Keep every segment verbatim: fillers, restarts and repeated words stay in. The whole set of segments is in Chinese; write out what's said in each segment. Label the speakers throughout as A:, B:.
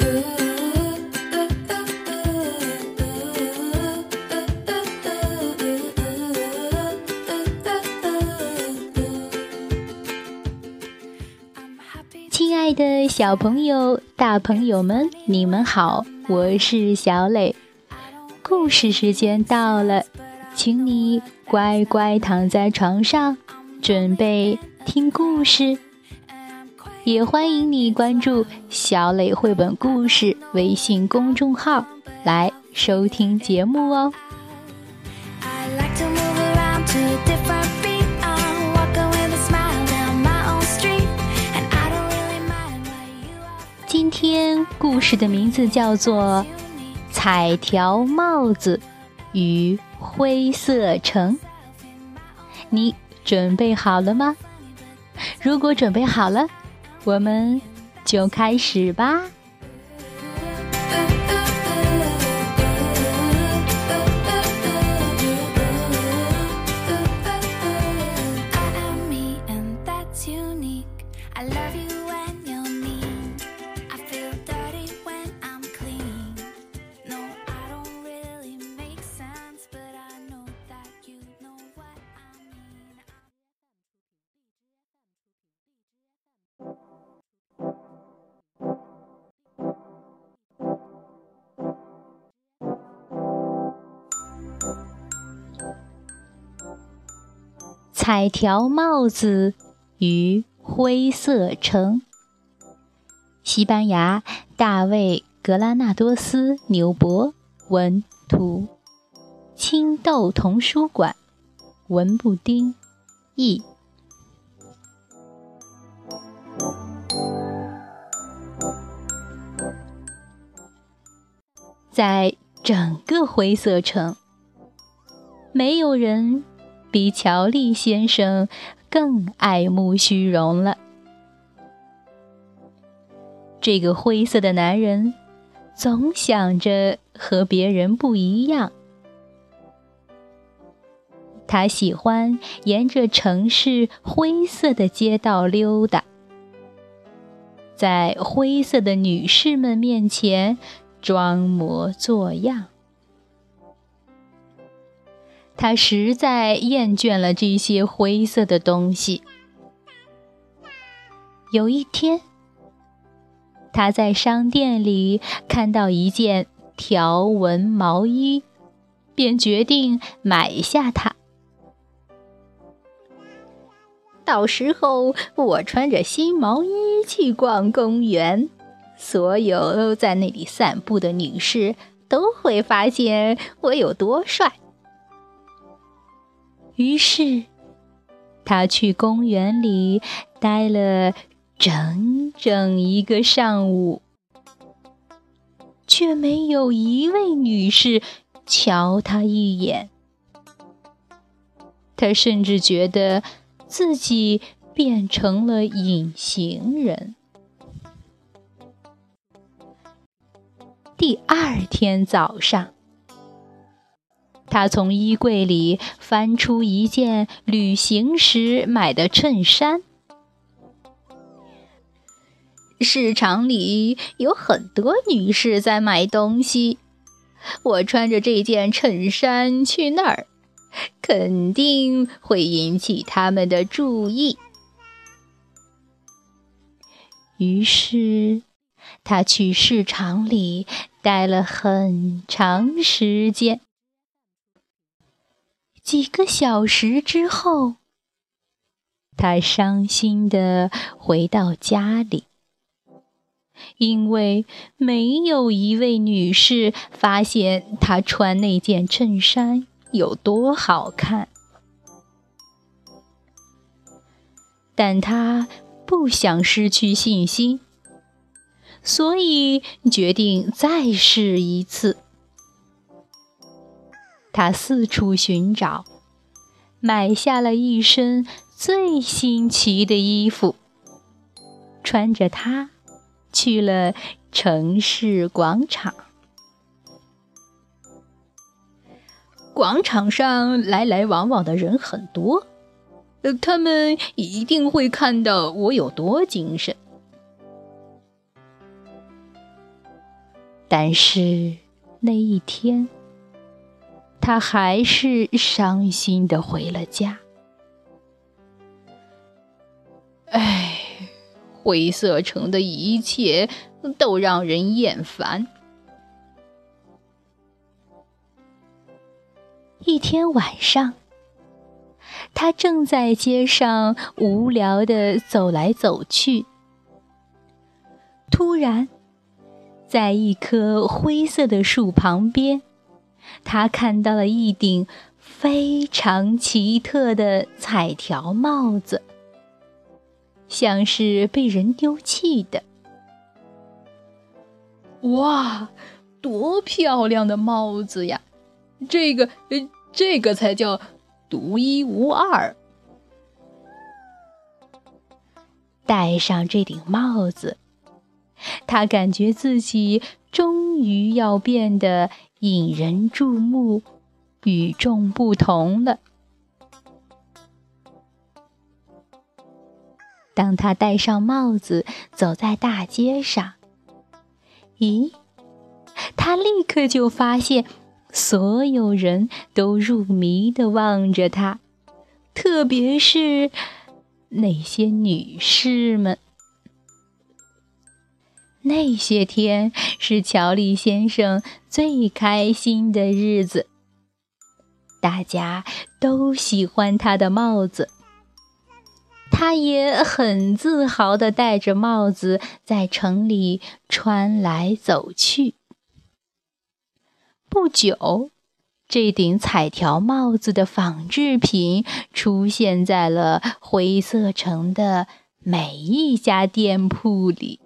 A: 亲爱的小朋友、大朋友们，你们好，我是小磊。故事时间到了，请你乖乖躺在床上，准备听故事。也欢迎你关注小磊绘本故事微信公众号来收听节目哦。今天故事的名字叫做彩条帽子与灰色城。你准备好了吗？如果准备好了，我们就开始吧。彩条帽子与灰色城，西班牙大卫·格拉纳多斯纽伯文图，青豆童书馆文布丁译。在整个灰色城，没有人比乔利先生更爱慕虚荣了。这个灰色的男人总想着和别人不一样。他喜欢沿着城市灰色的街道溜达，在灰色的女士们面前装模作样。他实在厌倦了这些灰色的东西。有一天，他在商店里看到一件条纹毛衣，便决定买下它。到时候我穿着新毛衣去逛公园，所有在那里散步的女士都会发现我有多帅。于是，他去公园里待了整整一个上午，却没有一位女士瞧他一眼。他甚至觉得自己变成了隐形人。第二天早上，他从衣柜里翻出一件旅行时买的衬衫。市场里有很多女士在买东西，我穿着这件衬衫去那儿，肯定会引起他们的注意。于是，他去市场里待了很长时间。几个小时之后，他伤心地回到家里，因为没有一位女士发现他穿那件衬衫有多好看。但他不想失去信心，所以决定再试一次。他四处寻找，买下了一身最新奇的衣服，穿着它去了城市广场。广场上来来往往的人很多，呃，他们一定会看到我有多精神。 但是那一天，他还是伤心地回了家。唉，灰色城的一切都让人厌烦。一天晚上，他正在街上无聊地走来走去，突然，在一棵灰色的树旁边，他看到了一顶非常奇特的彩条帽子，像是被人丢弃的。哇，多漂亮的帽子呀！这个，呃，这个才叫独一无二。戴上这顶帽子，他感觉自己终于要变得引人注目、与众不同了。当他戴上帽子走在大街上，咦，他立刻就发现所有人都入迷地望着他，特别是那些女士们。那些天是乔利先生最开心的日子，大家都喜欢他的帽子，他也很自豪地戴着帽子在城里穿来走去。不久，这顶彩条帽子的仿制品出现在了灰色城的每一家店铺里。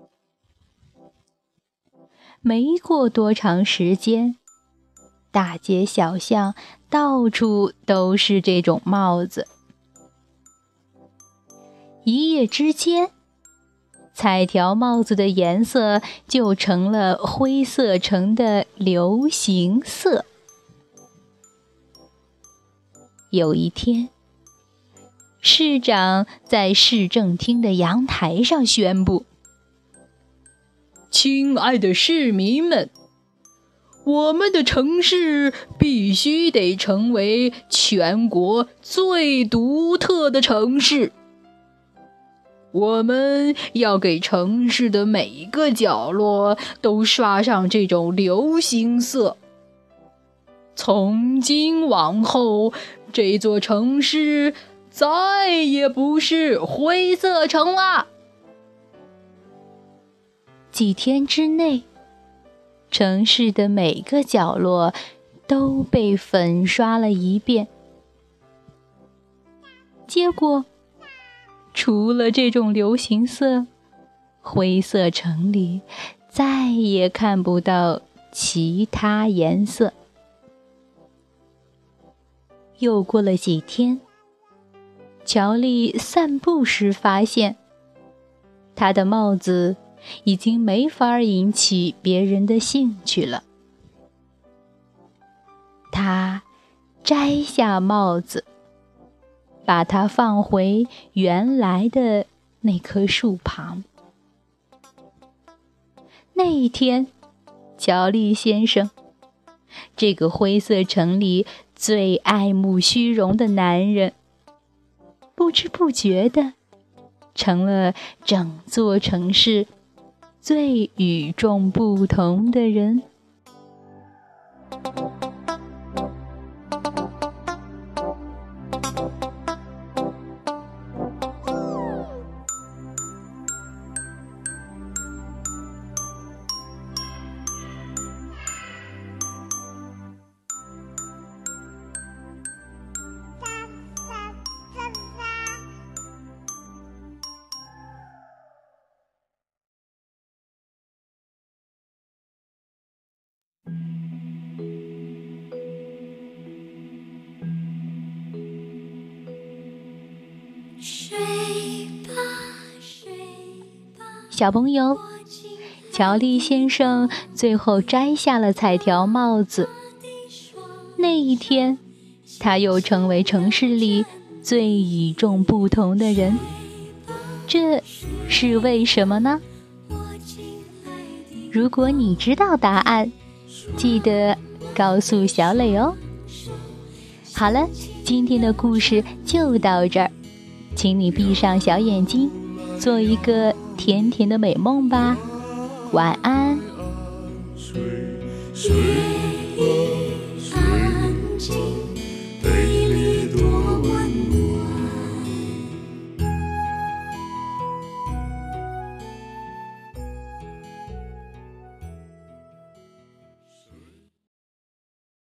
A: 没过多长时间，大街小巷到处都是这种帽子。一夜之间，彩条帽子的颜色就成了灰色城的流行色。有一天，市长在市政厅的阳台上宣布：亲爱的市民们，我们的城市必须得成为全国最独特的城市。我们要给城市的每一个角落都刷上这种流行色。从今往后，这座城市再也不是灰色城啦。几天之内，城市的每个角落都被粉刷了一遍。结果，除了这种流行色，灰色城里再也看不到其他颜色。又过了几天，乔利散步时发现，他的帽子已经没法引起别人的兴趣了。他摘下帽子，把它放回原来的那棵树旁。那一天，乔利先生，这个灰色城里最爱慕虚荣的男人，不知不觉地成了整座城市最与众不同的人。小朋友，乔利先生最后摘下了彩条帽子。那一天，他又成为城市里最与众不同的人。这是为什么呢？ 如果你知道答案，记得告诉小磊哦。好了，今天的故事就到这儿，请你闭上小眼睛，做一个甜甜的美梦吧。晚安。